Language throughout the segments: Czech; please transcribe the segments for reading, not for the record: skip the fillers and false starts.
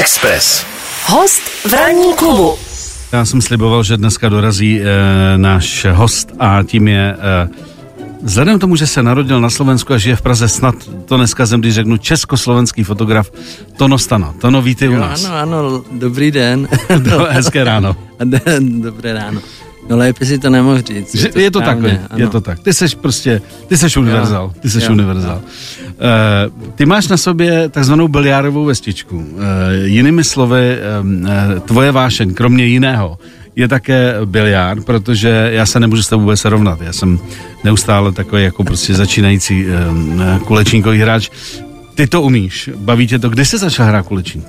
Express. Host v ranní klubu. Já jsem sliboval, že dneska dorazí náš host a tím je... Vzhledem k tomu, že se narodil na Slovensku a žije v Praze, snad to neskazem, když řeknu československý fotograf Tono Stano. Tono, vítej u nás. Ano, dobrý den. Hezké ráno. Dobré ráno. No lépe si to nemohl říct. Je to takhle, je to tak. Ty seš univerzál. Univerzál. Ty máš na sobě takzvanou biliárovou vestičku. Jinými slovy, tvoje vášeň, kromě jiného, je také biliár, protože já se nemůžu s tebou vůbec rovnat. Já jsem neustále takový jako prostě začínající kulečníkový hráč. Ty to umíš, baví tě to. Kdy jsi začal hrát kulečník?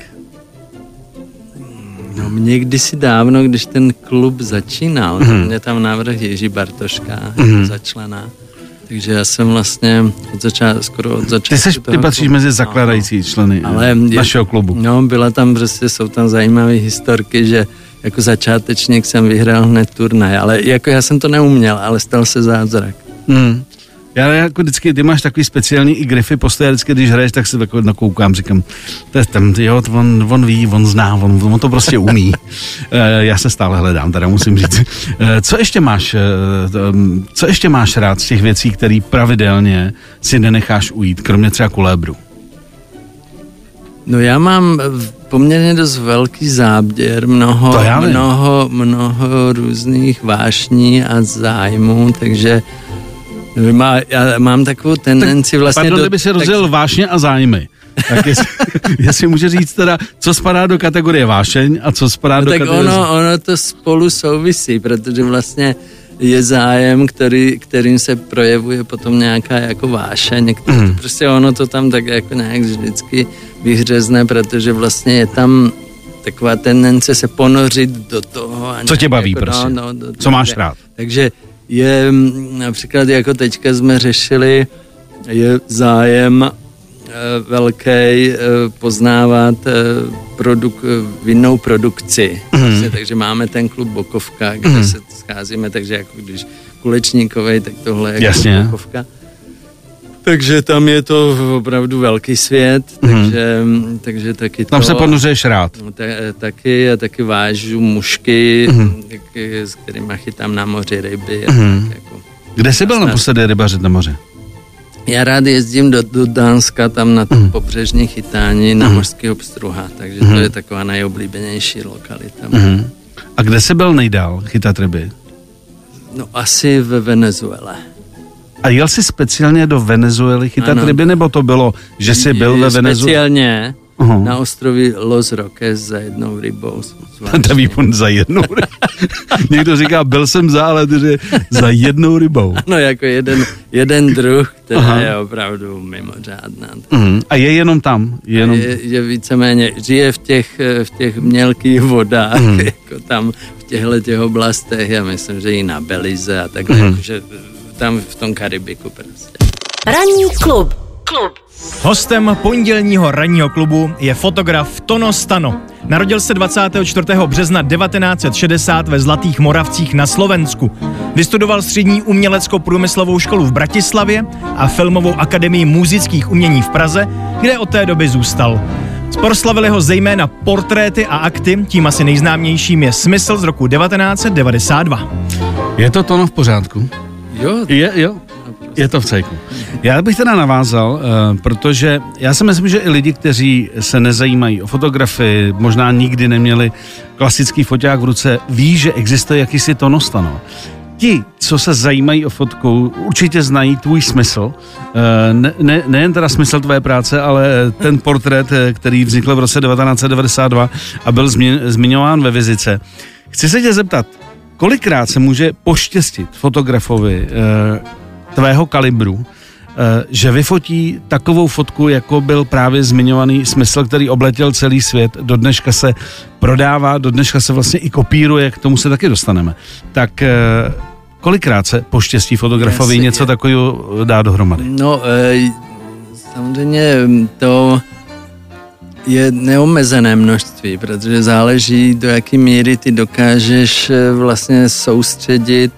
No mě kdysi dávno, když ten klub začínal, mě tam navrhl Jiří Bartoška za člena. Takže já jsem vlastně skoro od začátku. Ty patříš mezi zakladající členy našeho klubu. No, jsou tam zajímavé historky, že jako začátečník jsem vyhrál hned turnaj, ale jako já jsem to neuměl, ale stal se zázrak. Já jako vždycky, ty máš takový speciální i grify, postoje, vždycky, když hraješ, tak se takový nakoukám, říkám, to je ten, jo, on ví, on zná, on to prostě umí. Já se stále hledám, teda musím říct. Co ještě máš rád z těch věcí, které pravidelně si nenecháš ujít, kromě třeba kulébru? No já mám poměrně dost velký záběr, mnoho různých vášní a zájmů, takže já mám takovou tendenci vlastně... Pardon, kdyby si rozdělil vášně a zájmy. Tak jestli může říct teda, co spadá do kategorie vášeň a co spadá do kategorie... Ono to spolu souvisí, protože vlastně je zájem, kterým se projevuje potom nějaká jako vášeň. Prostě ono to tam tak jako nějak vždycky vyhřezne, protože vlastně je tam taková tendence se ponořit do toho. Co tě baví, jako, prostě? Co máš rád? Takže je například, jako teďka jsme řešili, je zájem velký poznávat vinnou produkci. Takže máme ten klub Bokovka, kde se scházíme, takže jako když kulečníkovej, tak tohle je jako Bokovka. Takže tam je to opravdu velký svět, takže taky to... Tam se ponořuješ rád. Taky vážu mušky, s kterýma chytám na moři ryby. Tak jako. Kde jsi byl naposledy rybařit na moře? Já rád jezdím do Dánska, tam na to pobřežní chytání na mořského pstruha, takže to je taková nejoblíbenější lokalita. A kde jsi byl nejdál chytat ryby? No asi ve Venezuele. A jel jsi speciálně do Venezuely chytat ryby, nebo to bylo, že jsi byl ve Venezuele? Speciálně na ostrově Los Roques za jednou rybou. To výpon za jednou rybou. Někdo říká, byl jsem za jednou rybou. Ano, jako jeden druh, která je opravdu mimořádná. A je jenom tam? Je víceméně, žije v těch mělkých vodách, jako tam v těchto oblastech, já myslím, že i na Belize a takhle, jakože tam v tom Karibiku prostě. Ranní klub. Hostem pondělního ranního klubu je fotograf Tono Stano. Narodil se 24. března 1960 ve Zlatých Moravcích na Slovensku. Vystudoval střední umělecko-průmyslovou školu v Bratislavě a Filmovou akademii múzických umění v Praze, kde od té doby zůstal. Proslavili ho zejména portréty a akty, tím asi nejznámějším je Smysl z roku 1992. Je to Tono v pořádku? Jo. Je to v cejku. Já bych teda navázal, protože já si myslím, že i lidi, kteří se nezajímají o fotografii, možná nikdy neměli klasický foťák v ruce, ví, že existuje jakýsi Tono Stano. Ti, co se zajímají o fotku, určitě znají tvůj smysl. Nejen teda smysl tvé práce, ale ten portrét, který vznikl v roce 1992 a byl zmiňován ve Vizice. Chci se tě zeptat, kolikrát se může poštěstit fotografovi tvého kalibru, že vyfotí takovou fotku, jako byl právě zmiňovaný Smysl, který obletěl celý svět, do dneška se prodává, do dneška se vlastně i kopíruje, k tomu se taky dostaneme. Tak kolikrát se poštěstí fotografovi něco takového dá dohromady? No, samozřejmě to je neomezené množství, protože záleží, do jaké míry ty dokážeš vlastně soustředit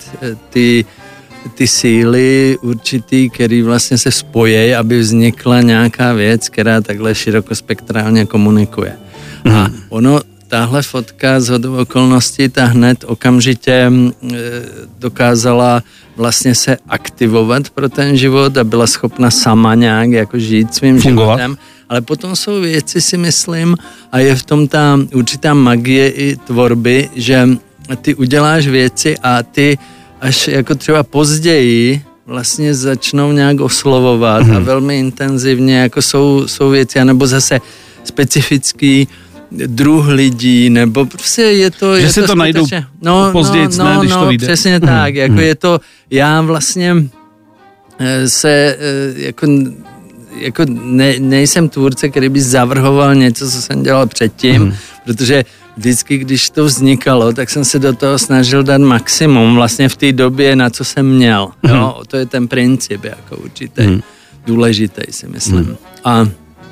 ty síly určitý, který vlastně se spojí, aby vznikla nějaká věc, která takhle širokospektrálně komunikuje. A ono, tahle fotka shodou okolností, ta hned okamžitě dokázala vlastně se aktivovat pro ten život a byla schopna sama nějak jako žít svým životem. Ale potom jsou věci, si myslím, a je v tom ta určitá magie i tvorby, že ty uděláš věci a ty až jako třeba později vlastně začnou nějak oslovovat a velmi intenzivně, jako jsou věci, anebo zase specifický druh lidí, nebo prostě je to... Že si to najdou později, když to vyjde. Přesně tak, jako je to, já vlastně se jako nejsem tvůrce, který by zavrhoval něco, co jsem dělal předtím, protože vždycky, když to vznikalo, tak jsem se do toho snažil dát maximum vlastně v té době, na co jsem měl. Jo? To je ten princip jako určitý, důležitý, si myslím. A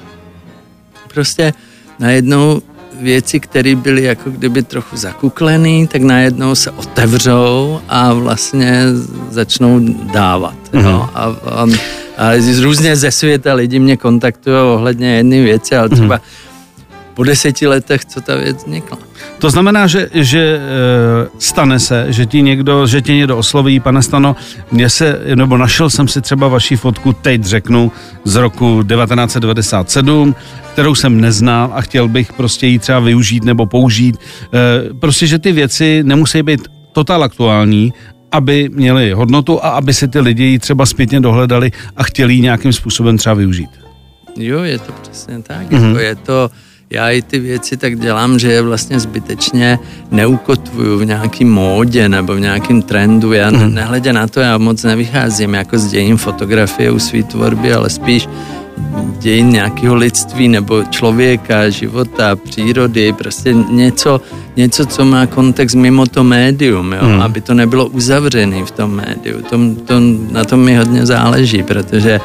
prostě najednou věci, které byly jako kdyby trochu zakuklený, tak najednou se otevřou a vlastně začnou dávat. Jo? A různě ze světa lidi mě kontaktují ohledně jedné věci, ale třeba po 10 letech, co ta věc vznikla. To znamená, že stane se, že tě někdo osloví, pane Stano, našel jsem si třeba vaši fotku, teď řeknu, z roku 1997, kterou jsem neznal a chtěl bych prostě ji třeba využít nebo použít. Prostě, že ty věci nemusí být totál aktuální, aby měli hodnotu a aby si ty lidi ji třeba zpětně dohledali a chtěli ji nějakým způsobem třeba využít. Jo, je to přesně tak. Jako je to, já i ty věci tak dělám, že je vlastně zbytečně neukotvuju v nějaký módě nebo v nějakým trendu. Já nehledě na to, já moc nevycházím jako z dějin fotografie u svý tvorby, ale spíš dějin nějakého lidství nebo člověka, života, přírody, prostě něco, co má kontext mimo to médium, jo? Aby to nebylo uzavřené v tom médiu. Na tom mi hodně záleží, protože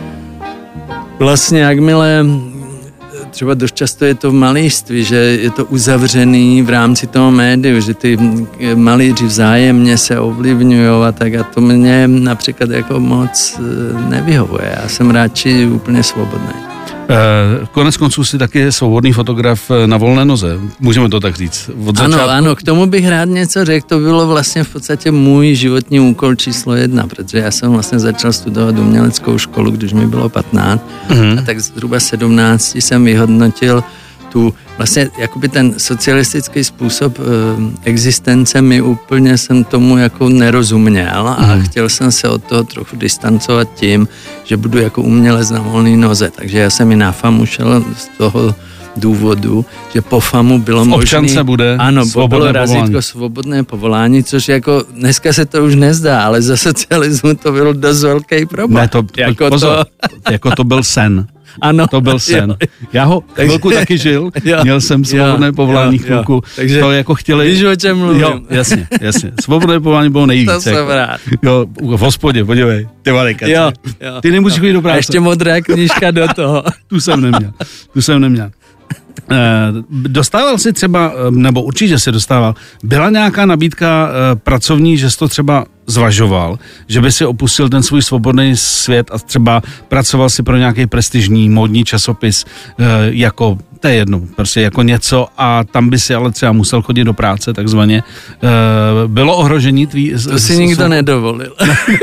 vlastně jakmile třeba dost často je to v malířství, že je to uzavřený v rámci toho médiu, že ty malíři vzájemně se ovlivňují a tak a to mě například jako moc nevyhovuje. Já jsem radši úplně svobodný. Konec konců si taky svobodný fotograf na volné noze, můžeme to tak říct. Ano, k tomu bych rád něco řekl, to bylo vlastně v podstatě můj životní úkol číslo 1, protože já jsem vlastně začal studovat uměleckou školu, když mi bylo 15 a tak zhruba 17 jsem vyhodnotil tu vlastně jakoby ten socialistický způsob existence mi úplně jsem tomu jako nerozuměl a chtěl jsem se od toho trochu distancovat tím, že budu jako umělec na volné noze. Takže já jsem i na FAMu šel z toho důvodu, že po FAMu bylo možné... občance bude bylo razítko svobodné povolání, což jako dneska se to už nezdá, ale za socialismu to byl dost velký problém. Ne, to byl sen. Ano. To byl sen. Já ho chvilku taky žil, měl jsem svobodné povolání chvilku. Takže to jako chtěli... Víš, o čem mluvím. Jo, jasně. Svobodné povolání bylo nejvíc. To jsem rád. Jo, v hospodě, podívej, ty valikace. Jo. Ty nemůžeš chodit do práce. A ještě modrá knížka do toho. Tu jsem neměl. Dostával si třeba, nebo určitě si dostával, byla nějaká nabídka pracovní, že jsi to třeba zvažoval, že by si opustil ten svůj svobodný svět a třeba pracoval si pro nějaký prestižní módní časopis jako, to je jedno, prostě jako něco a tam by si ale třeba musel chodit do práce takzvaně. Bylo ohrožení tvý... To si nikdo nedovolil.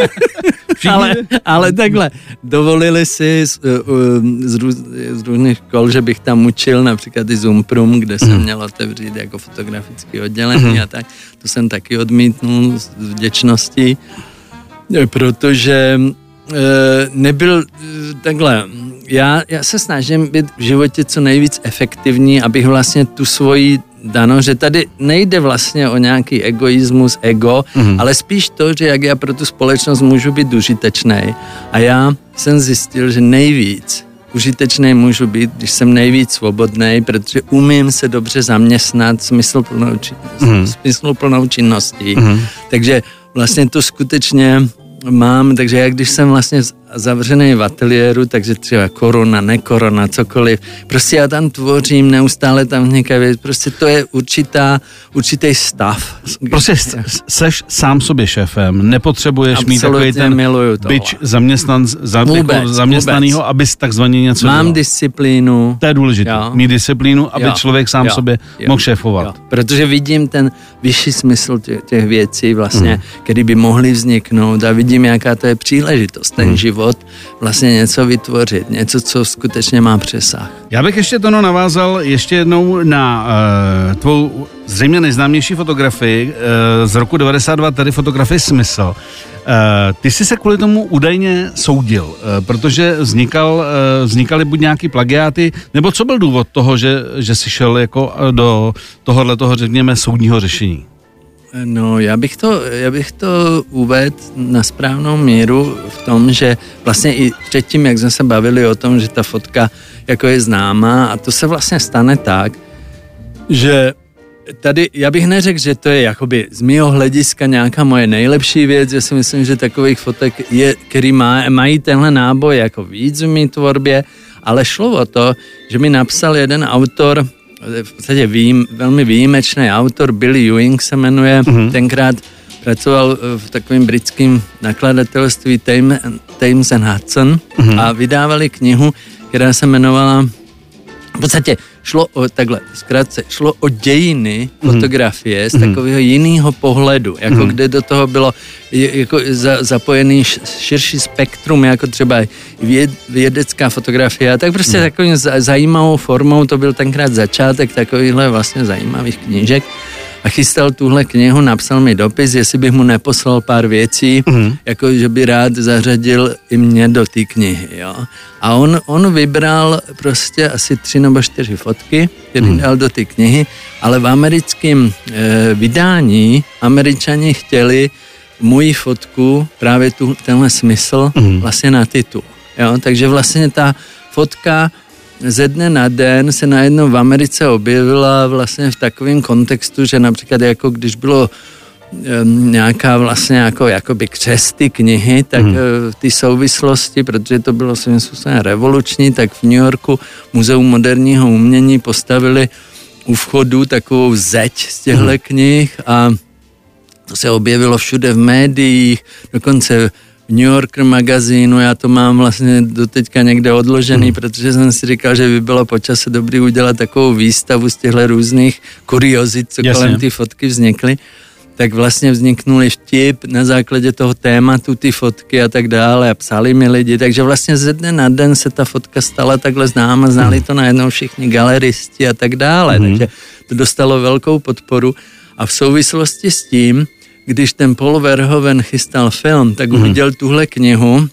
ale takhle, dovolili si z různých škol, že bych tam učil, například i Zumprum, kde jsem měl otevřít jako fotografické oddělení a tak. To jsem taky odmítnul z vděčnosti, protože nebyl takhle. Já se snažím být v životě co nejvíc efektivní, abych vlastně tu svoji dano, že tady nejde vlastně o nějaký egoismus, ego, ale spíš to, že jak já pro tu společnost můžu být užitečnej. A já jsem zjistil, že nejvíc užitečnej můžu být, když jsem nejvíc svobodnej, protože umím se dobře zaměstnat smysluplnou činností. Takže vlastně to skutečně mám, takže jak když jsem vlastně zavřený v ateliéru, takže třeba korona, nekorona, cokoliv. Prostě já tam tvořím, neustále tam vznikají věci, prostě to je určitý stav. Prostě seš sám sobě šéfem, nepotřebuješ mít takový ten bič zaměstnanýho, abys takzvaně něco dělal. Mám disciplínu. To je důležité, mít disciplínu, aby člověk sám sobě mohl šéfovat. Protože vidím ten vyšší smysl těch věcí vlastně, který by mohly vzniknout a vidím, jaká to je příležitost, ten život vlastně něco vytvořit, něco, co skutečně má přesah. Já bych ještě navázal ještě jednou na tvou zřejmě nejznámější fotografii z roku 92, tedy fotografii Smysl. Ty jsi se kvůli tomu údajně soudil, protože vznikaly buď nějaký plagiáty, nebo co byl důvod toho, že jsi šel jako do tohoto, řekněme, soudního řešení? No, já bych to uvedl na správnou míru v tom, že vlastně i předtím, jak jsme se bavili o tom, že ta fotka jako je známá a to se vlastně stane tak, že tady, já bych neřekl, že to je jakoby z mého hlediska nějaká moje nejlepší věc, já si myslím, že takových fotek je, který mají tenhle náboj jako víc v mý tvorbě, ale šlo o to, že mi napsal jeden autor, v podstatě velmi výjimečný autor, Billy Ewing se jmenuje, tenkrát pracoval v takovém britském nakladatelství Thames and Hudson a vydávali knihu, která se jmenovala, v podstatě šlo o dějiny fotografie z takového jiného pohledu, jako kde do toho bylo jako zapojený širší spektrum, jako třeba vědecká fotografie a tak prostě takovým zajímavou formou, to byl tenkrát začátek takovýchhle vlastně zajímavých knížek. A chystal tuhle knihu, napsal mi dopis, jestli bych mu neposlal pár věcí, jako že by rád zařadil i mě do té knihy, jo. A on vybral prostě asi 3 nebo 4 fotky, které dal do té knihy, ale v americkém vydání Američani chtěli moji fotku, právě tenhle smysl, vlastně na titul, jo. Takže vlastně ta fotka ze dne na den se najednou v Americe objevila vlastně v takovém kontextu, že například jako když bylo nějaká vlastně jakoby křesty knihy, tak ty souvislosti, protože to bylo svým způsobem revoluční, tak v New Yorku Muzeum moderního umění postavili u vchodu takovou zeď z těchto knih a to se objevilo všude v médiích, dokonce New Yorker magazínu, já to mám vlastně doteďka někde odložený, protože jsem si říkal, že by bylo po čase dobrý udělat takovou výstavu z těchto různých kuriozit, co kolem ty fotky vznikly. Tak vlastně vzniknuli vtip na základě toho tématu, ty fotky a tak dále a psali mi lidi, takže vlastně ze dne na den se ta fotka stala takhle známa, znali to najednou všichni galeristi a tak dále, takže to dostalo velkou podporu a v souvislosti s tím, když ten Paul Verhoeven chystal film, tak uviděl tuhle knihu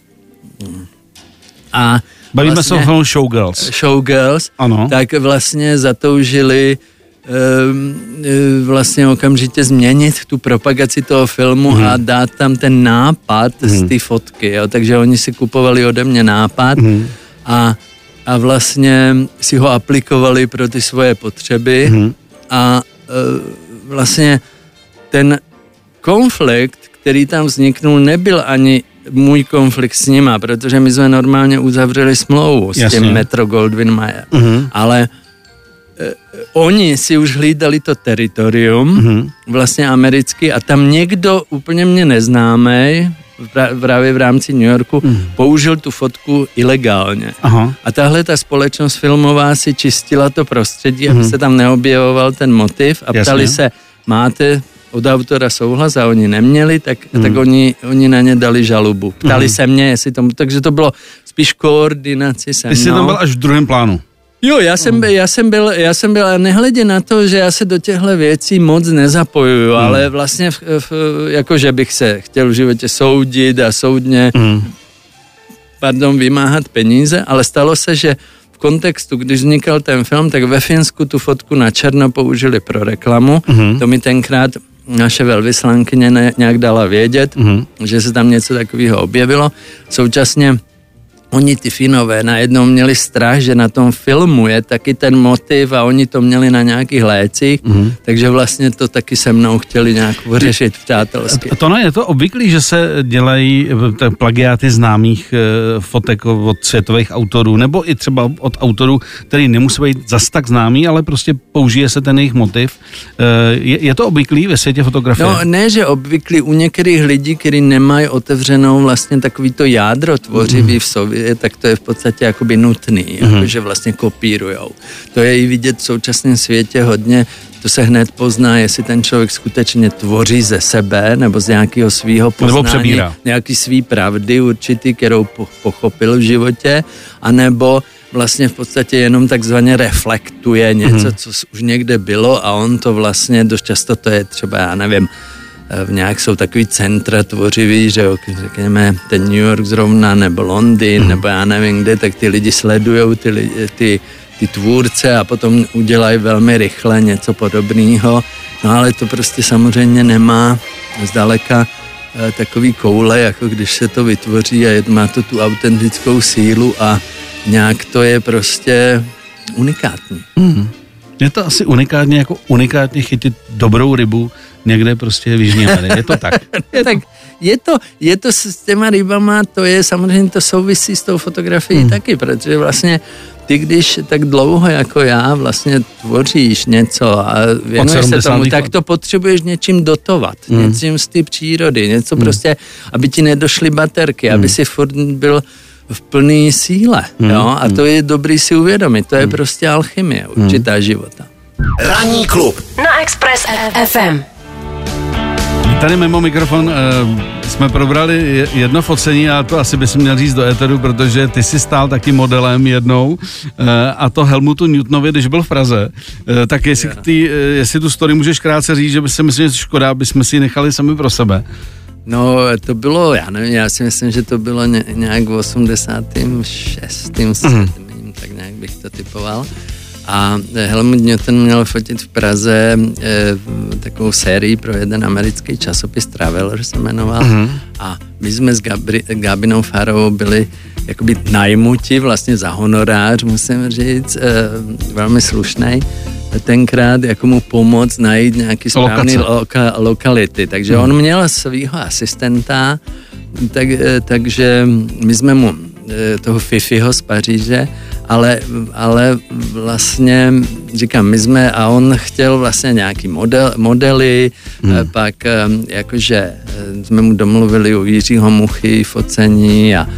a bavíme se o filmu Showgirls, ano. Tak vlastně zatoužili vlastně okamžitě změnit tu propagaci toho filmu a dát tam ten nápad z té fotky, jo? Takže oni si kupovali ode mě nápad a vlastně si ho aplikovali pro ty svoje potřeby a vlastně ten konflikt, který tam vzniknul, nebyl ani můj konflikt s nima, protože my jsme normálně uzavřeli smlouvu s tím Metro-Goldwyn-Mayer. Ale oni si už hlídali to teritorium, vlastně americký, a tam někdo úplně mě neznámej, právě v rámci New Yorku, použil tu fotku ilegálně. Aha. A tahle ta společnost filmová si čistila to prostředí, aby se tam neobjevoval ten motiv a ptali se, máte od autora souhlas a oni neměli, tak oni na ně dali žalobu. Ptali se mě, jestli tomu, takže to bylo spíš koordinaci se mnou. Ty jsi tam byl až v druhém plánu. Jo, já jsem byl a nehledě na to, že já se do těchto věcí moc nezapojuju, ale vlastně jako, že bych se chtěl v životě soudit a soudně vymáhat peníze, ale stalo se, že v kontextu, když vznikal ten film, tak ve Finsku tu fotku na černo použili pro reklamu. To mi tenkrát naše velvyslankyně nějak dala vědět, že se tam něco takového objevilo. Současně oni ty Finové najednou měli strach, že na tom filmu je taky ten motiv a oni to měli na nějakých lécích, takže vlastně to taky se mnou chtěli nějak vyřešit přátelsky. To je to obvyklý, že se dělají plagiáty známých fotek od světových autorů, nebo i třeba od autorů, který nemusí být zas tak známý, ale prostě použije se ten jejich motiv. Je to obvyklý ve světě fotografie? No ne, že obvyklý u některých lidí, kteří nemají otevřenou vlastně takový to jádro tvořivý v sobě, tak to je v podstatě jakoby nutný, jakože vlastně kopírujou. To je i vidět v současném světě hodně, to se hned pozná, jestli ten člověk skutečně tvoří ze sebe, nebo z nějakého svýho poznání, nějaký svý pravdy určitý, kterou pochopil v životě, anebo vlastně v podstatě jenom takzvaně reflektuje něco, co už někde bylo a on to vlastně, dost často to je třeba, já nevím, nějak jsou takový centra tvořivý, že jo, řekněme ten New York zrovna, nebo Londýn, nebo já nevím kde, tak ty lidi sledujou ty tvůrce a potom udělají velmi rychle něco podobného. No ale to prostě samozřejmě nemá zdaleka takový koule, jako když se to vytvoří a má to tu autentickou sílu a nějak to je prostě unikátní. Je to asi unikátně, jako unikátně chytit dobrou rybu někde prostě v Jižní Americe. Je to tak? Tak je to s těma rybama, to je samozřejmě, to souvisí s tou fotografií taky, protože vlastně ty, když tak dlouho jako já vlastně tvoříš něco a věnuješ se tomu, tak to potřebuješ něčím dotovat, něčím z té přírody, něco prostě, aby ti nedošly baterky, aby si furt byl v plné síle, jo? A to je dobrý si uvědomit, to je prostě alchymie určitá života. Ranní klub na Express FM. Tady mimo mikrofon jsme probrali jedno focení a to asi bys měl říct do éteru, protože ty jsi stál taky modelem jednou a to Helmutu Newtonovi, když byl v Praze. Tak jestli tu story můžeš krátce říct, že by se myslím, že škoda, aby jsme si ji nechali sami pro sebe. No, to bylo, já nevím, já si myslím, že to bylo nějak v 86. 7. Tak nějak bych to typoval. A Helmut Newton měl fotit v Praze takovou sérii pro jeden americký časopis Traveler se jmenoval. A my jsme s Gabinou Farovou byli jakoby najmuti vlastně za honorář, musím říct, velmi slušnej. Tenkrát jako mu pomoct najít nějaký správný lokality. Takže on měl svýho asistenta, takže my jsme mu toho Fifiho z Paříže, ale vlastně říkám, my jsme, a on chtěl vlastně nějaký modely, pak jakože jsme mu domluvili u Jiřího Muchy focení a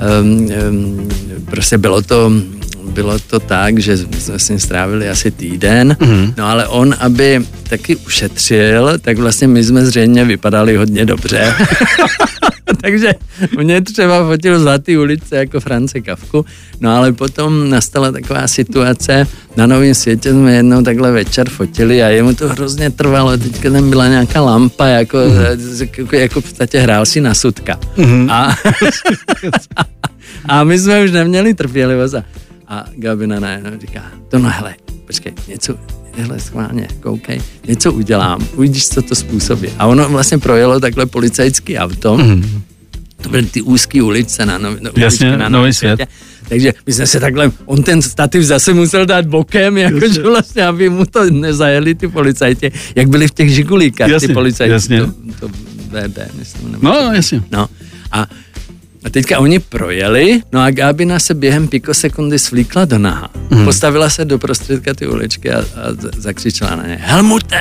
prostě bylo to tak, že jsme s ním strávili asi týden, no ale on, aby taky ušetřil, tak vlastně my jsme zřejmě vypadali hodně dobře. Takže mě třeba fotil Zlatý ulice jako France Kafku, no ale potom nastala taková situace, na Novém Světě jsme jednou takhle večer fotili a jemu to hrozně trvalo, teďka tam byla nějaká lampa, jako v podstatě hrál si na sutka. A my jsme už neměli trpělivost a Gabina najednou říká, no hele, počkej, něco, hele, schválně, koukej, něco udělám, uvidíš, co to způsobí. A ono vlastně projelo takhle policajský auto, to byly ty úzký ulice na Novém Světě. Takže my jsme se takhle, on ten stativ zase musel dát bokem, jakože vlastně, aby mu to nezajeli ty policajti, jak byli v těch Žigulíkách, ty policajti, to BB, myslím. No, jasně. No, a teďka oni projeli, no a Gábina se během pikosekundy svlíkla do naha. Postavila se do prostředka ty uličky a zakřičela na ně, Helmute!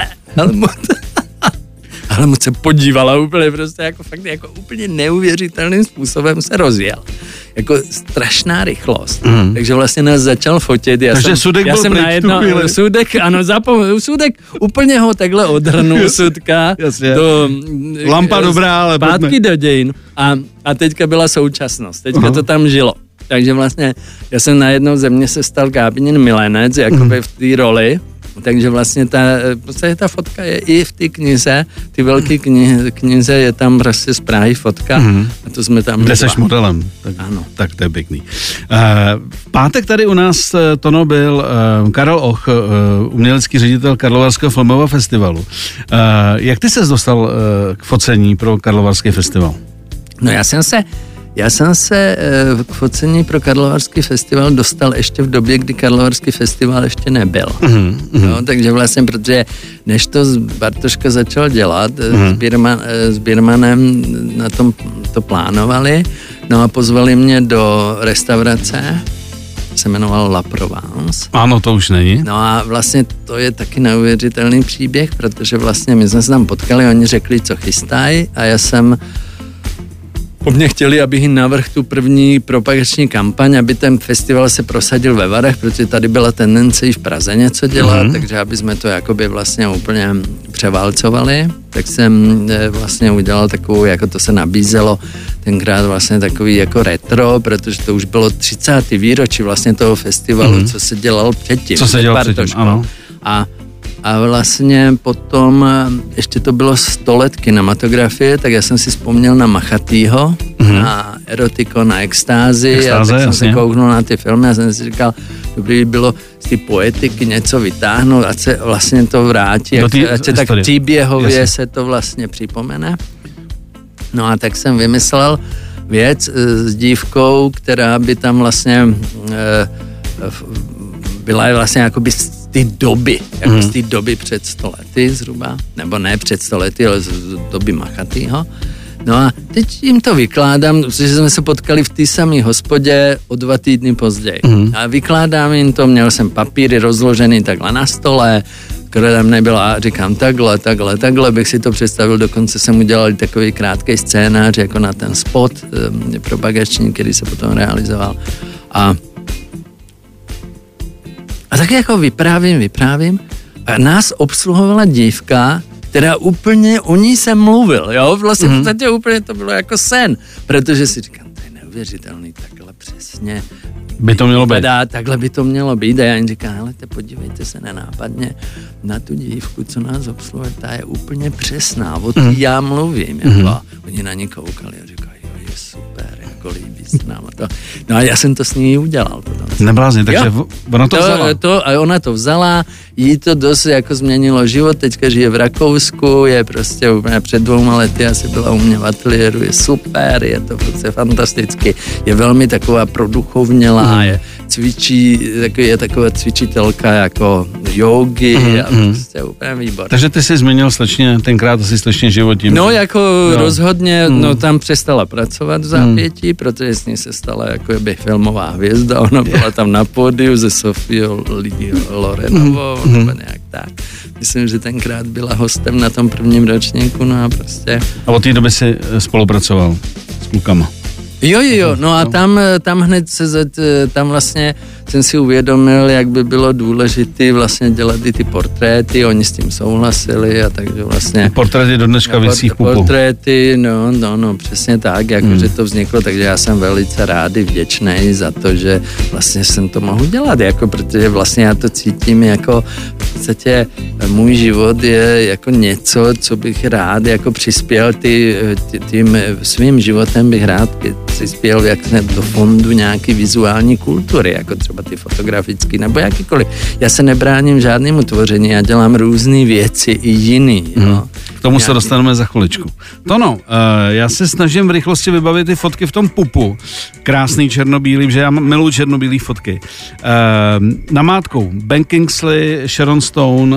A Helmut se podívala úplně prostě jako fakt jako úplně neuvěřitelným způsobem se rozjel. Jako strašná rychlost. Takže vlastně nás začal fotit. Takže Sudek byl pryč tu chvíli. Sudek úplně ho takhle odhrnul Sudka do lampa dobrá, ale zpátky do dějin. A teďka byla současnost. Teďka to tam žilo. Takže vlastně já jsem najednou ze mě se stal Gábinin milenec, jakoby v té roli. Takže vlastně ta fotka je i v té knize, ty velké knize je tam prostě z Prahy fotka a to jsme tam... Kde seš modelem. Ano. Tak to je pěkný. V pátek tady u nás, Tono, byl Karel Och, umělecký ředitel Karlovarského filmového festivalu. Jak ty ses dostal k focení pro Karlovarský festival? No já jsem se Já jsem se k focení pro Karlovarský festival dostal ještě v době, kdy Karlovarský festival ještě nebyl. No, takže vlastně, protože než to Bartoška začal dělat, s Birmanem na tom to plánovali, no a pozvali mě do restaurace, se jmenoval La Provence. Ano, to už není. No a vlastně to je taky neuvěřitelný příběh, protože vlastně my jsme se tam potkali, oni řekli, co chystají a já jsem po mně chtěli, abych jim navrhl tu první propagační kampaň, aby ten festival se prosadil ve Varech, protože tady byla tendence i v Praze něco dělat, takže aby jsme to jakoby vlastně úplně převálcovali, tak jsem vlastně udělal takovou, jako to se nabízelo tenkrát vlastně takový jako retro, protože to už bylo 30. výročí vlastně toho festivalu, co se dělal předtím. Co se dělal předtím, ano. A vlastně potom ještě to bylo 100 let kinematografie, tak já jsem si vzpomněl na Machatýho, na Erotiko, na Extázi a tak jsem se kouknul na ty filmy a jsem si říkal, dobrý by bylo z ty poetiky něco vytáhnout, ať se vlastně to vrátí, ať se tak příběhově se to vlastně připomene. No a tak jsem vymyslel věc s dívkou, která by tam vlastně byla vlastně jakoby ty doby, jako z té doby před 100 lety zhruba, nebo ne před 100 lety, ale z doby Machatýho. No a teď jim to vykládám, protože jsme se potkali v té samé hospodě o 2 týdny později. A vykládám jim to, měl jsem papíry rozložený takhle na stole, které tam nebyla, říkám takhle, bych si to představil, dokonce jsem udělal takový krátký scénář, jako na ten spot propagační, který se potom realizoval. A tak jako vyprávím a nás obsluhovala dívka, která úplně, o ní jsem mluvil, jo, vlastně v podstatě úplně to bylo jako sen, protože si říkám, to je neuvěřitelný, takhle přesně by to mělo být. Takhle by to mělo být a já jim říkám, hele, podívejte se nenápadně na tu dívku, co nás obsluhuje, ta je úplně přesná, o té já mluvím, jako, oni na ní koukali a říkají, jo, je super, jako líbí se nám to. No a já jsem to s ní udělal potom. Neblázni, takže ona to vzala. A ona to vzala, jí to dost jako změnilo život, teďka žije v Rakousku, je prostě úplně před 2 lety asi byla u mě v ateliéru, je super, je to prostě fantasticky, je velmi taková produchovnělá, je cvičí, je taková cvičitelka jako jógy a prostě úplně výbor. Takže ty jsi změnil slečně, tenkrát asi slečně život tím. No jako rozhodně, no tam přestala pracovat v zápětí, protože s ní se stala jako by filmová hvězda, ona byla tam na pódiu se Sofiou Lorenovou, nebo nějak tak. Myslím, že tenkrát byla hostem na tom prvním ročníku, no a prostě. A od té doby si spolupracoval s klukama. Jo, no a tam hned tam vlastně jsem si uvědomil, jak by bylo důležité vlastně dělat i ty portréty, oni s tím souhlasili a takže vlastně... Portréty do dneška visí v pupu. Portréty, no, přesně tak, jakože to vzniklo, takže já jsem velice rád i vděčnej za to, že vlastně jsem to mohl dělat, jako, protože vlastně já to cítím jako v podstatě můj život je jako něco, co bych rád jako přispěl tím svým životem bych rád přispěl jak do fondu nějaký vizuální kultury, jako třeba ty fotografický nebo jakýkoliv. Já se nebráním žádnému tvoření, já dělám různé věci i jiný. Jo. K tomu se dostaneme za chviličku. Tono, já se snažím v rychlosti vybavit ty fotky v tom pupu. Krásný černobílý, že já miluji černobílý fotky. Namátkou Ben Kingsley, Sharon Stone,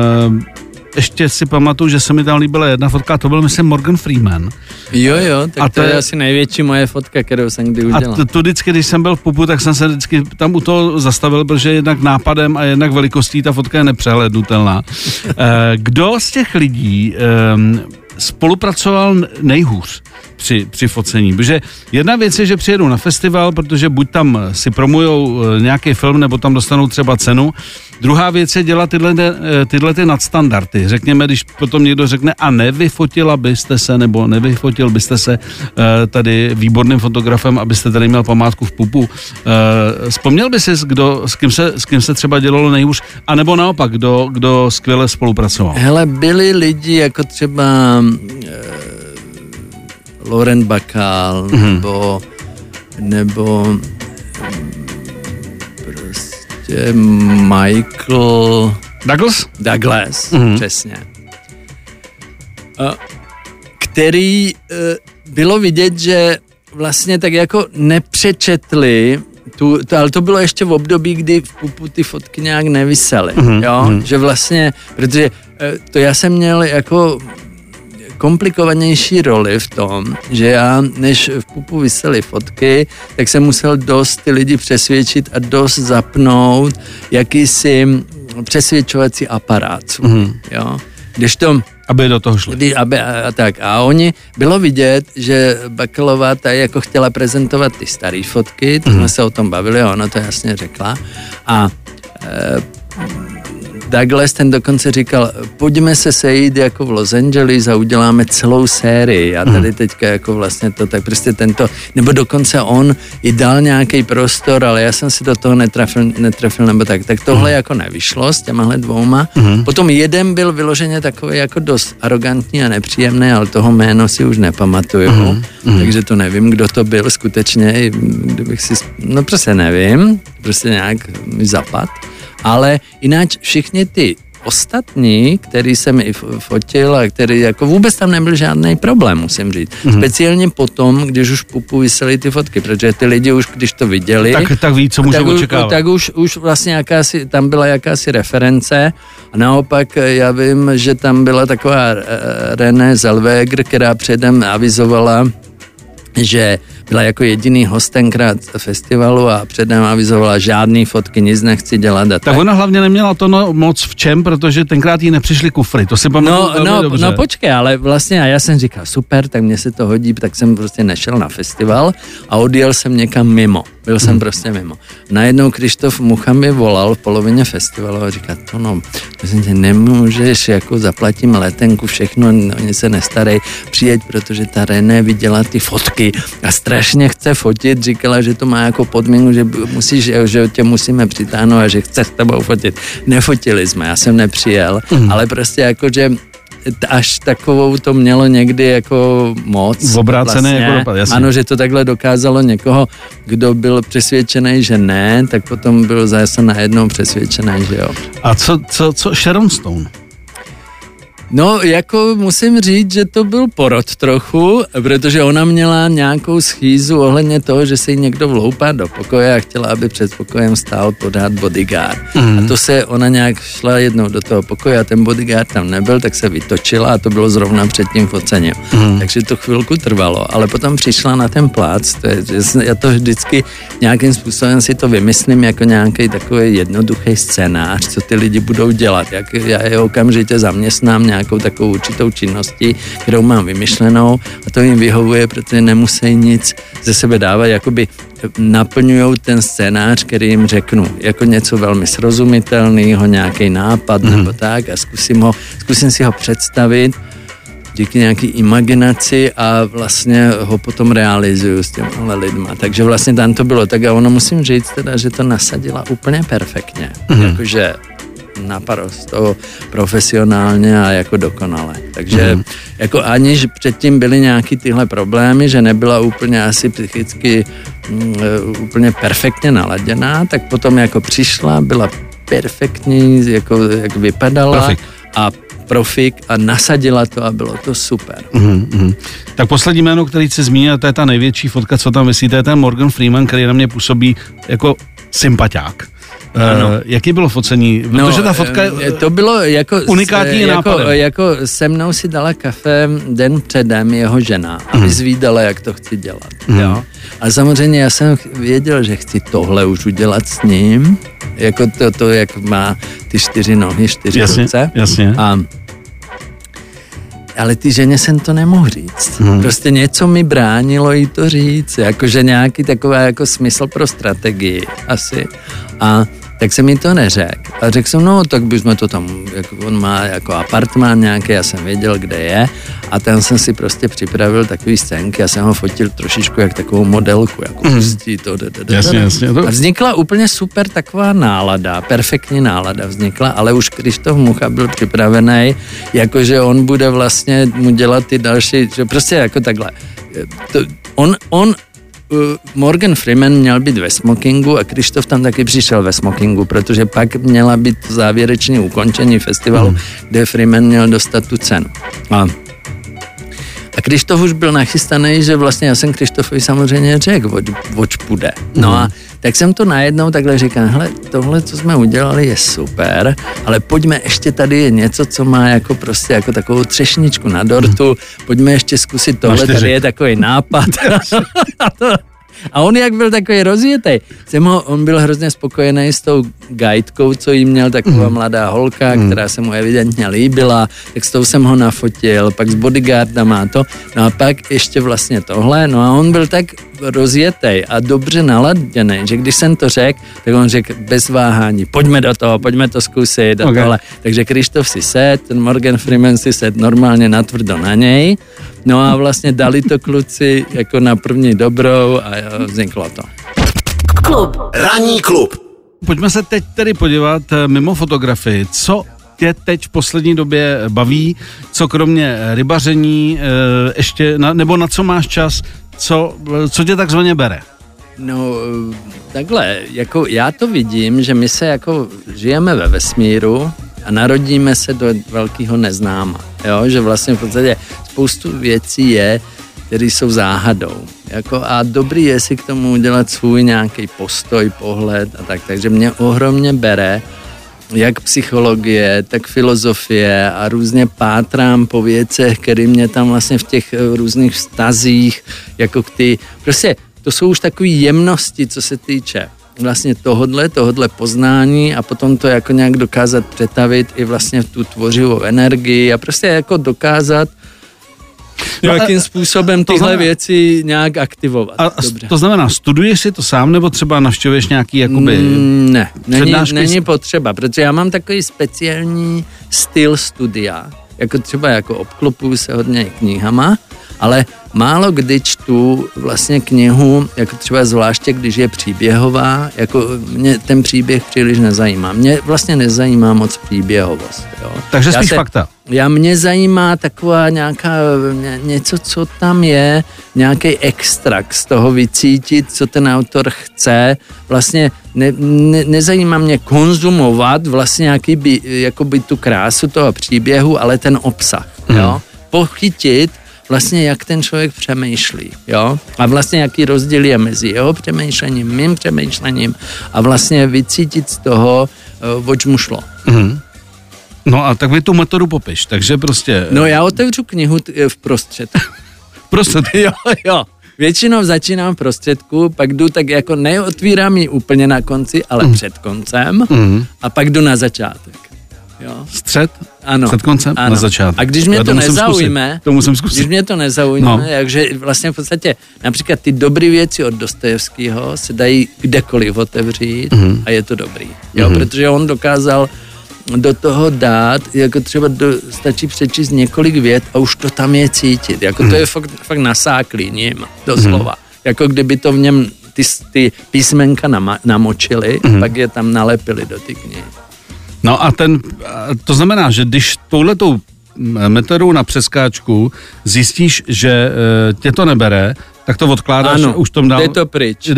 ještě si pamatuju, že se mi tam líbila jedna fotka a to byl, myslím, Morgan Freeman. Jo, tak a to je asi největší moje fotka, kterou jsem kdy udělal. A to vždycky, když jsem byl v pupu, tak jsem se vždycky tam u toho zastavil, protože jednak nápadem a jednak velikostí ta fotka je nepřehlednutelná. Kdo z těch lidí spolupracoval nejhůř při focení? Protože jedna věc je, že přijedou na festival, protože buď tam si promujou nějaký film, nebo tam dostanou třeba cenu. Druhá věc je dělat tyhle ty nadstandardy. Řekněme, když potom někdo řekne a nevyfotila byste se, nebo nevyfotil byste se tady výborným fotografem, abyste tady měl památku v pupu. Vzpomněl by si, s kým se třeba dělalo nejhůř, anebo naopak, kdo skvěle spolupracoval? Hele, byli lidi jako třeba Laurent Bacall, nebo prostě Michael Douglas, přesně. Který bylo vidět, že vlastně tak jako nepřečetli ale to bylo ještě v období, kdy v Pupu ty fotky nějak nevisely, jo? Že vlastně, protože to já jsem měl jako komplikovanější roli v tom, že já, než v Pupu visely fotky, tak jsem musel dost ty lidi přesvědčit a dost zapnout jakýsi přesvědčovací aparát, jo? Když to... Aby do toho šli. A oni, bylo vidět, že Bakalová tady jako chtěla prezentovat ty staré fotky, to jsme se o tom bavili a ona to jasně řekla. A Douglas ten dokonce říkal, pojďme se sejít jako v Los Angeles a uděláme celou sérii. A tady teďka jako vlastně to tak prostě tento, nebo dokonce on i dal nějaký prostor, ale já jsem si do toho netrefil nebo tak tohle jako nevyšlo s těmahle dvouma. Potom jeden byl vyloženě takový jako dost arrogantní a nepříjemný, ale toho jméno si už nepamatuju, takže to nevím, kdo to byl skutečně, kdybych si, no prostě nevím, prostě nějak mi zapad. Ale jinak všichni ty ostatní, který jsem i fotil a který jako vůbec tam nebyl žádný problém, musím říct. Speciálně potom, když už Pupu visely ty fotky, protože ty lidi už, když to viděli, tak ví, co můžou očekávat. Tak už vlastně tam byla jakási reference a naopak já vím, že tam byla taková René Zellweger, která předem avizovala, že byla jako jediný host tenkrát festivalu a předem avizovala žádný fotky, nic nechci dělat. Tak ona hlavně neměla to moc v čem, protože tenkrát jí nepřišly kufry, to si pamatuju velmi dobře. No počkej, ale vlastně a já jsem říkal, super, tak mně se to hodí, tak jsem prostě nešel na festival a odjel jsem někam mimo. Byl jsem prostě mimo. Najednou Krištof Mucha mi volal v polovině festivalu a říká, myslím tě, nemůžeš, jako zaplatím letenku, všechno, oni se nestarej, přijeď, protože ta René viděla ty fotky a strašně chce fotit, říkala, že to má jako podmínku, že tě musíme přitáhnout a že chce s tebou fotit. Nefotili jsme, já jsem nepřijel, ale prostě jako, že až takovou to mělo někdy jako moc. Obrácené vlastně, jako dopad, jasně. Ano, že to takhle dokázalo někoho, kdo byl přesvědčený, že ne, tak potom byl zase najednou přesvědčený, že jo. A co Sharon Stone? No, jako musím říct, že to byl porod trochu, protože ona měla nějakou schýzu ohledně toho, že se jí někdo vloupá do pokoje a chtěla, aby před pokojem stál pořád bodyguard. A to se ona nějak šla jednou do toho pokoje a ten bodyguard tam nebyl, tak se vytočila a to bylo zrovna před tím focením. Takže to chvilku trvalo, ale potom přišla na ten plác, já to vždycky nějakým způsobem si to vymyslím jako nějaký takový jednoduchý scénář, co ty lidi budou dělat, jak já je okamžitě zaměstnám nějakou takovou určitou činností, kterou mám vymyšlenou a to jim vyhovuje, protože nemusí nic ze sebe dávat, jakoby naplňujou ten scénář, který jim řeknu, jako něco velmi srozumitelného, nějaký nápad nebo tak a zkusím si ho představit díky nějaký imaginaci a vlastně ho potom realizuju s těma lidma. Takže vlastně tam to bylo tak a ono musím říct teda, že to nasadila úplně perfektně. Jakože naprosto profesionálně a jako dokonale. Takže jako aniž předtím byly nějaký tyhle problémy, že nebyla úplně asi psychicky úplně perfektně naladěná, tak potom jako přišla, byla perfektní, jako jak vypadala a profik a nasadila to a bylo to super. Tak poslední jméno, který chci zmínit, to je ta největší fotka, co tam visí, to je ten Morgan Freeman, který na mě působí jako sympatiák. Jaký bylo focení? Protože ta fotka to bylo jako unikátní jako se mnou si dala kafe den předem jeho žena, aby zvídala, jak to chci dělat. Jo? A samozřejmě já jsem věděl, že chci tohle už udělat s ním, jako to jak má ty 4 nohy, 4 ruce. Jasně. Ale ty ženě jsem to nemohl říct. Prostě něco mi bránilo jí to říct, jakože nějaký takový jako smysl pro strategii asi. A tak jsem mi to neřekl. A řekl jsem, no tak bychom to tam, jako on má jako apartmán nějaký, já jsem věděl, kde je a tam jsem si prostě připravil takový scénky, já jsem ho fotil trošičku jak takovou modelku, jako pustí to. Jasně. A vznikla úplně super taková nálada, perfektní nálada vznikla, ale už Krištof Mucha byl připravený, jakože on bude vlastně mu dělat ty další, že prostě jako takhle. Morgan Freeman měl být ve smokingu a Krištof tam taky přišel ve smokingu, protože pak měla být závěrečné ukončení festivalu, kde Freeman měl dostat tu cenu. A Krištof už byl nachystaný, že vlastně já jsem Krištofovi samozřejmě řekl, oč půjde. No a tak jsem to najednou takhle říkal, hele, tohle, co jsme udělali, je super, ale pojďme ještě tady je něco, co má jako prostě jako takovou třešničku na dortu, pojďme ještě zkusit tohle, tady je takový nápad. A on jak byl takový rozjetý, on byl hrozně spokojený s tou guidekou, co jí měl, taková mladá holka, která se mu evidentně líbila, tak s tou jsem ho nafotil, pak s bodyguardama a to, no a pak ještě vlastně tohle, no a on byl tak rozjetý a dobře naladěný, že když jsem to řekl, tak on řekl bez váhání, pojďme do toho, pojďme to zkusit a tohle. Takže Krištof si sedl, ten Morgan Freeman si sedl normálně natvrdo na něj, no a vlastně dali to kluci jako na první dobrou a vzniklo to. Ranní klub. Pojďme se teď tedy podívat mimo fotografii, co tě teď v poslední době baví, co kromě rybaření ještě, nebo na co máš čas, co tě takzvaně bere? No takhle, jako já to vidím, že my se jako žijeme ve vesmíru a narodíme se do velkého neznáma, jo? Že vlastně v podstatě spoustu věcí je, které jsou záhadou. Jako a dobrý je si k tomu udělat svůj nějaký postoj, pohled a tak. Takže mě ohromně bere jak psychologie, tak filozofie a různě pátrám po věcech, které mě tam vlastně v těch různých vztazích, jako prostě to jsou už takové jemnosti, co se týče vlastně tohodle poznání a potom to jako nějak dokázat přetavit i vlastně v tu tvořivou energii a prostě jako dokázat jakým způsobem tyhle věci nějak aktivovat. A to znamená, studuješ si to sám, nebo třeba navštěvuješ nějaký jakoby Ne, není potřeba, protože já mám takový speciální styl studia, jako třeba jako obklopuju se hodně knihama, ale málo kdy čtu vlastně knihu, jako třeba zvláště, když je příběhová, jako mě ten příběh příliš nezajímá. Mě vlastně nezajímá moc příběhovost. Jo. Takže spíš fakta. Mě zajímá taková nějaká, něco, co tam je, nějaký extrakt z toho vycítit, co ten autor chce. Vlastně nezajímá mě konzumovat vlastně nějaký jakoby tu krásu toho příběhu, ale ten obsah. Jo. Pochytit vlastně, jak ten člověk přemýšlí, jo? A vlastně, jaký rozdíl je mezi jeho přemýšlením, mým přemýšlením a vlastně vycítit z toho, oč mu šlo. No a tak mi tu metodu popiš, takže prostě... No já otevřu knihu v prostředku. Jo. Většinou začínám v prostředku, pak jdu tak jako neotvírám ji úplně na konci, ale před koncem a pak jdu na začátek. Jo. Střed? Ano. Před koncem? Ano. Na začátku. A když mě to nezaujme, když mě to nezaujme, takže vlastně v podstatě například ty dobré věci od Dostojevského se dají kdekoliv otevřít a je to dobrý. Jo, protože on dokázal do toho dát, jako třeba stačí přečíst několik vět a už to tam je cítit. Jako to je fakt nasáklý ním, doslova. Jako kdyby to v něm ty písmenka namočili, pak je tam nalepili do ty knihy. No a to znamená, že když touhletou metodou na přeskáčku zjistíš, že tě to nebere, tak to odkládáš a už tom dál... Jde to pryč.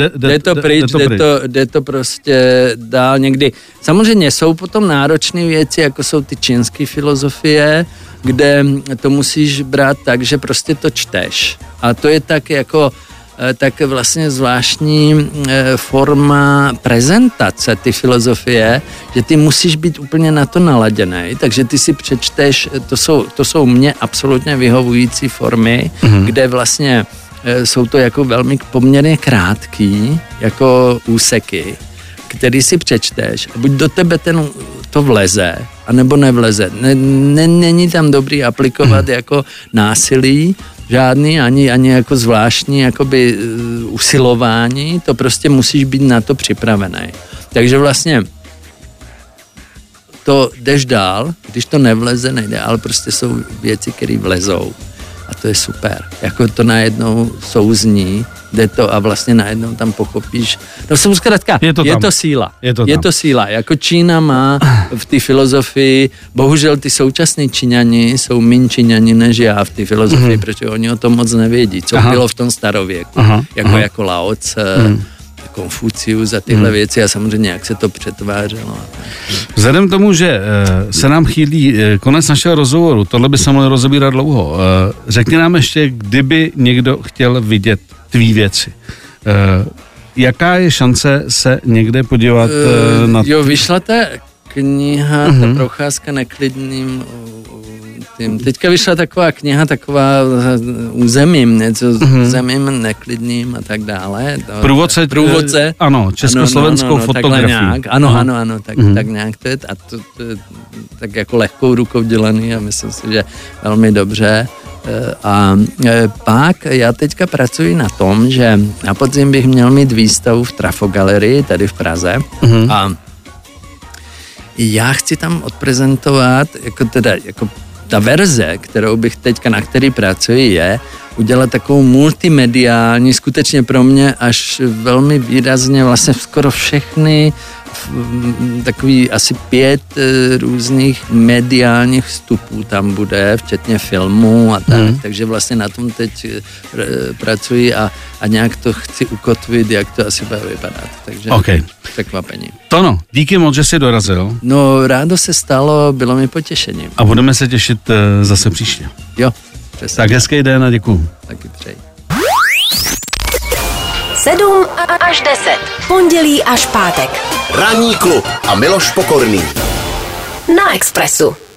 Jde to prostě dál někdy. Samozřejmě jsou potom náročné věci, jako jsou ty čínské filozofie, kde to musíš brát tak, že prostě to čteš. A to je tak jako... tak vlastně zvláštní forma prezentace ty filozofie, že ty musíš být úplně na to naladěnej, takže ty si přečteš, to jsou mně absolutně vyhovující formy, kde vlastně jsou to jako velmi poměrně krátký, jako úseky, který si přečteš a buď do tebe to vleze, anebo nevleze. Není tam dobrý aplikovat jako násilí, žádný, ani jako zvláštní jakoby usilování, to prostě musíš být na to připravený. Takže vlastně to jdeš dál, když to nevleze, nejde, ale prostě jsou věci, které vlezou a to je super. Jako to najednou souzní, jde to a vlastně najednou tam pochopíš. No jsem zkrátka, je to síla. Je to síla. Jako Čína má v té filozofii, bohužel ty současní Číňani jsou méně Číňani než já v té filozofii, protože oni o tom moc nevědí, co bylo v tom starověku. Jako Lao Tse, Konfucius a tyhle věci a samozřejmě jak se to přetvářelo. Vzhledem k tomu, že se nám chýlí konec našeho rozhovoru, tohle by se mohlo rozebírat dlouho. Řekni nám ještě, kdyby někdo chtěl vidět tvý věci. Jaká je šance se někde podívat na... Jo, vyšla ta kniha, ta procházka neklidným tím. Teďka vyšla taková kniha, taková územím, něco územím neklidným a tak dále. Průvodce. Ano, československou fotografii. Ano, tak nějak to je, a to je tak jako lehkou rukou dělaný a myslím si, že velmi dobře. A pak já teďka pracuji na tom, že na podzim bych měl mít výstavu v Trafogalerii, tady v Praze. A já chci tam odprezentovat, jako ta verze, kterou bych teďka, na který pracuji, je udělat takovou multimediální, skutečně pro mě až velmi výrazně vlastně skoro všechny takový asi 5 různých mediálních vstupů tam bude, včetně filmů a tak, takže vlastně na tom teď pracuji a nějak to chci ukotvit, jak to asi bude vypadat, takže překvapení. Tono, díky moc, že jsi dorazil. No, rádo se stalo, bylo mi potěšením. A budeme se těšit zase příště. Jo, přesně. Tak hezký den a děkuju. Taky přeji. 7 až 10. Pondělí až pátek. Ranní klub a Miloš Pokorný. Na Expressu.